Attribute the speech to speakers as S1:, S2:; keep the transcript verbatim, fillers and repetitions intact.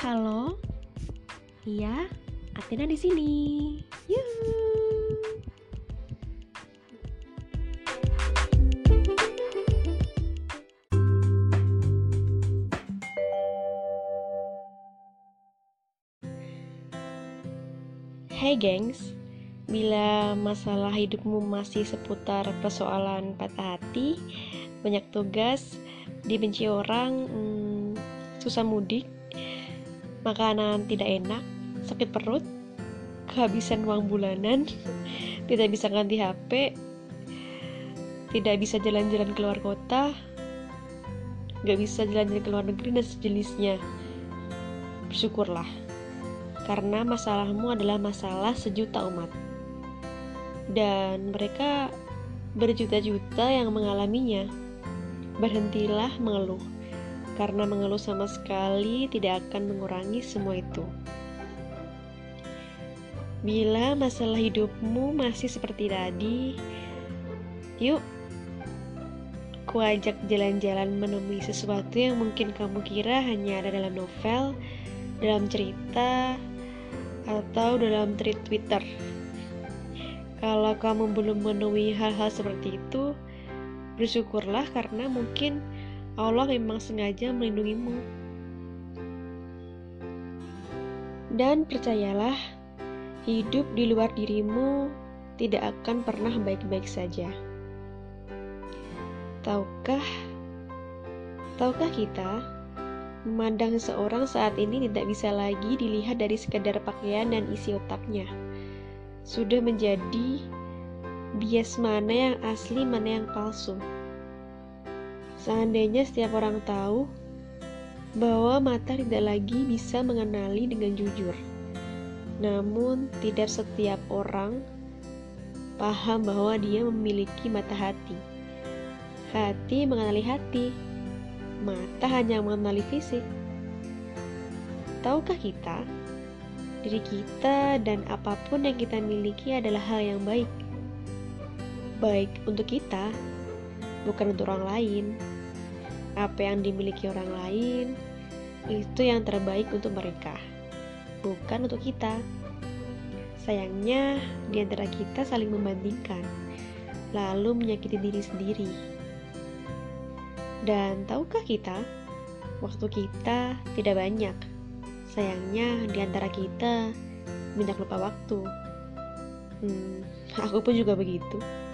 S1: Halo, iya, Athena di sini. Yuhu. Hey gengs, bila masalah hidupmu masih seputar persoalan patah hati, banyak tugas, dibenci orang, hmm, susah mudik, makanan tidak enak, sakit perut, kehabisan uang bulanan, tidak bisa ganti H P, tidak bisa jalan-jalan keluar kota, gak bisa jalan-jalan ke luar negeri dan sejenisnya. Bersyukurlah, karena masalahmu adalah masalah sejuta umat. Dan mereka berjuta-juta yang mengalaminya. Berhentilah mengeluh, karena mengeluh sama sekali tidak akan mengurangi semua itu. Bila masalah hidupmu masih seperti tadi, yuk, ku ajak jalan-jalan menemui sesuatu yang mungkin kamu kira hanya ada dalam novel, dalam cerita, atau dalam tweet Twitter. Kalau kamu belum menemui hal-hal seperti itu, bersyukurlah karena mungkin Allah memang sengaja melindungimu. Dan percayalah, hidup di luar dirimu tidak akan pernah baik-baik saja. Tahukah, tahukah kita, memandang seseorang saat ini tidak bisa lagi dilihat dari sekadar pakaian dan isi otaknya. Sudah menjadi bias mana yang asli, mana yang palsu. Seandainya setiap orang tahu bahwa mata tidak lagi bisa mengenali dengan jujur. Namun tidak setiap orang paham bahwa dia memiliki mata hati. Hati mengenali hati, mata hanya mengenali fisik. Tahukah kita, diri kita dan apapun yang kita miliki adalah hal yang baik. Baik untuk kita, bukan untuk orang lain. Apa yang dimiliki orang lain, itu yang terbaik untuk mereka, bukan untuk kita. Sayangnya, di antara kita saling membandingkan, lalu menyakiti diri sendiri. Dan tahukah kita, waktu kita tidak banyak. Sayangnya di antara kita banyak lupa waktu. Hmm, aku pun juga begitu.